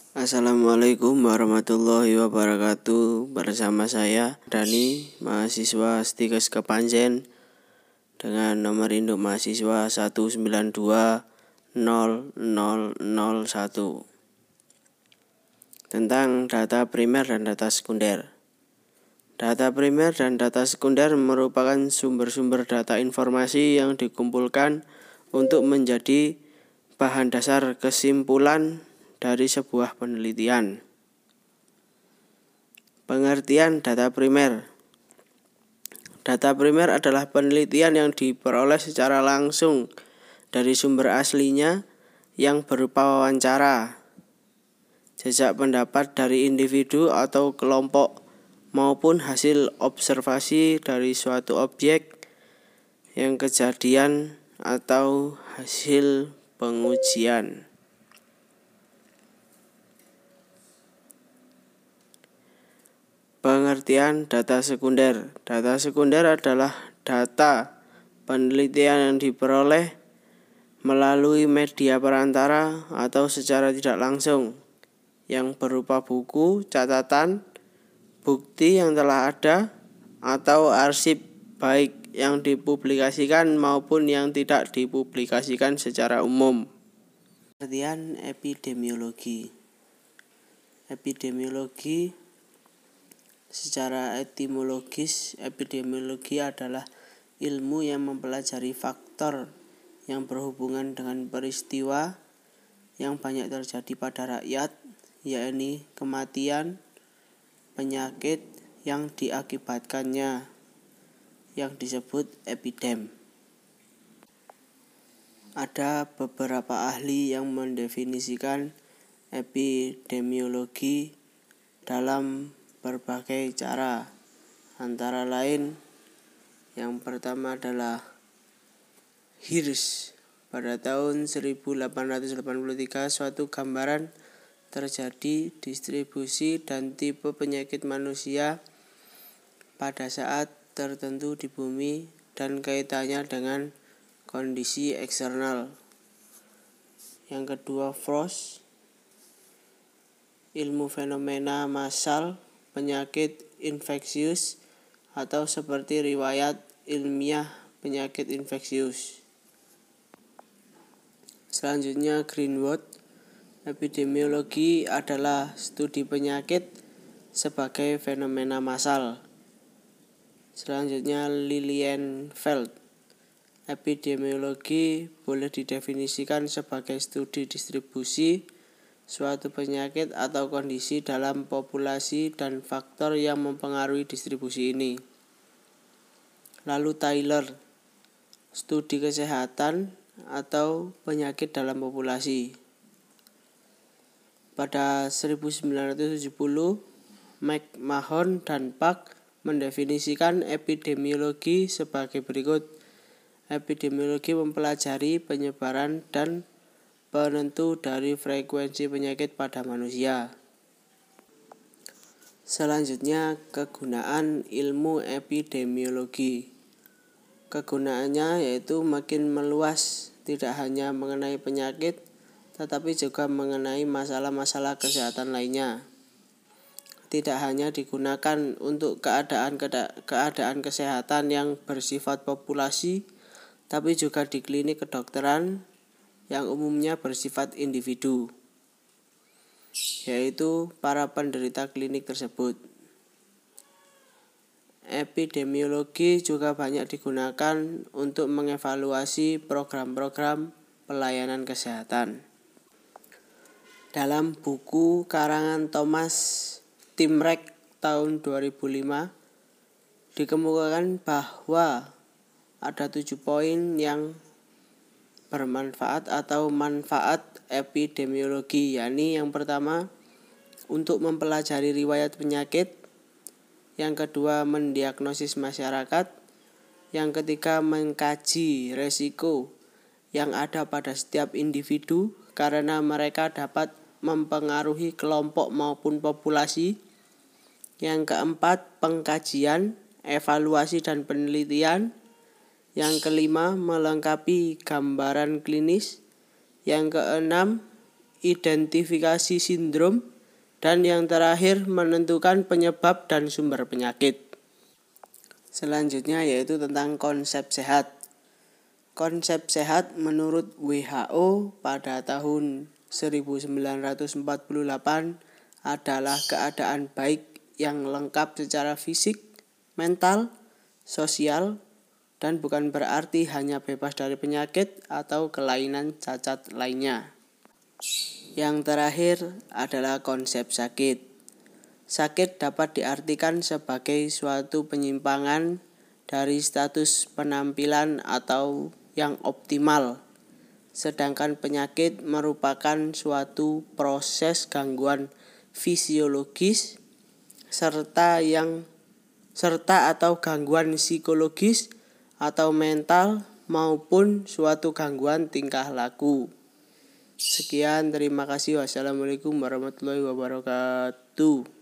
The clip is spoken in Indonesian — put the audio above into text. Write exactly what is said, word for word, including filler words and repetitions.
Assalamualaikum warahmatullahi wabarakatuh. Bersama saya Dani, mahasiswa Stikes Kepanjen, dengan nomor induk mahasiswa satu sembilan dua nol nol nol satu, tentang data primer dan data sekunder. Data primer dan data sekunder merupakan sumber-sumber data informasi yang dikumpulkan untuk menjadi bahan dasar kesimpulan dari sebuah penelitian. Pengertian data primer. Data primer adalah penelitian yang diperoleh secara langsung dari sumber aslinya yang berupa wawancara, jejak pendapat dari individu atau kelompok, maupun hasil observasi dari suatu objek yang kejadian atau hasil pengujian. Pengertian data sekunder. Data sekunder adalah data penelitian yang diperoleh melalui media perantara atau secara tidak langsung, yang berupa buku, catatan, bukti yang telah ada, atau arsip, baik yang dipublikasikan maupun yang tidak dipublikasikan secara umum. Pengertian epidemiologi. Epidemiologi secara etimologis, epidemiologi adalah ilmu yang mempelajari faktor yang berhubungan dengan peristiwa yang banyak terjadi pada rakyat, yakni kematian, penyakit yang diakibatkannya, yang disebut epidem. Ada beberapa ahli yang mendefinisikan epidemiologi dalam berbagai cara, antara lain yang pertama adalah Hirsch. Pada tahun seribu delapan ratus delapan puluh tiga, suatu gambaran terjadi distribusi dan tipe penyakit manusia pada saat tertentu di bumi dan kaitannya dengan kondisi eksternal. Yang kedua, Frost. Ilmu fenomena massal penyakit infeksius, atau seperti riwayat ilmiah penyakit infeksius. Selanjutnya, Greenwood. Epidemiologi adalah studi penyakit sebagai fenomena massal. Selanjutnya, Lilienfeld. Epidemiologi boleh didefinisikan sebagai studi distribusi suatu penyakit atau kondisi dalam populasi dan faktor yang mempengaruhi distribusi ini. Lalu Taylor, studi kesehatan atau penyakit dalam populasi. Pada seribu sembilan ratus tujuh puluh, McMahon dan Park mendefinisikan epidemiologi sebagai berikut. Epidemiologi mempelajari penyebaran dan penentu dari frekuensi penyakit pada manusia. Selanjutnya, kegunaan ilmu epidemiologi. Kegunaannya yaitu makin meluas, tidak hanya mengenai penyakit, tetapi juga mengenai masalah-masalah kesehatan lainnya. Tidak hanya digunakan untuk keadaan keadaan kesehatan yang bersifat populasi, tapi juga di klinik kedokteran yang umumnya bersifat individu, yaitu para penderita klinik tersebut. Epidemiologi juga banyak digunakan untuk mengevaluasi program-program pelayanan kesehatan. Dalam buku karangan Thomas Timrek tahun dua ribu lima, dikemukakan bahwa ada tujuh poin yang bermanfaat atau manfaat epidemiologi, yakni yang pertama, untuk mempelajari riwayat penyakit, yang kedua, mendiagnosis masyarakat, yang ketiga, mengkaji resiko yang ada pada setiap individu karena mereka dapat mempengaruhi kelompok maupun populasi, yang keempat, pengkajian, evaluasi dan penelitian, Yang kelima, melengkapi gambaran klinis. Yang keenam, identifikasi sindrom, dan yang terakhir menentukan penyebab dan sumber penyakit. Selanjutnya yaitu tentang konsep sehat. Konsep sehat menurut W H O pada tahun seribu sembilan ratus empat puluh delapan adalah keadaan baik yang lengkap secara fisik, mental, sosial, dan bukan berarti hanya bebas dari penyakit atau kelainan cacat lainnya. Yang terakhir adalah konsep sakit. Sakit dapat diartikan sebagai suatu penyimpangan dari status penampilan atau yang optimal, sedangkan penyakit merupakan suatu proses gangguan fisiologis serta yang serta atau gangguan psikologis atau mental maupun suatu gangguan tingkah laku. Sekian, terima kasih. Wassalamualaikum warahmatullahi wabarakatuh.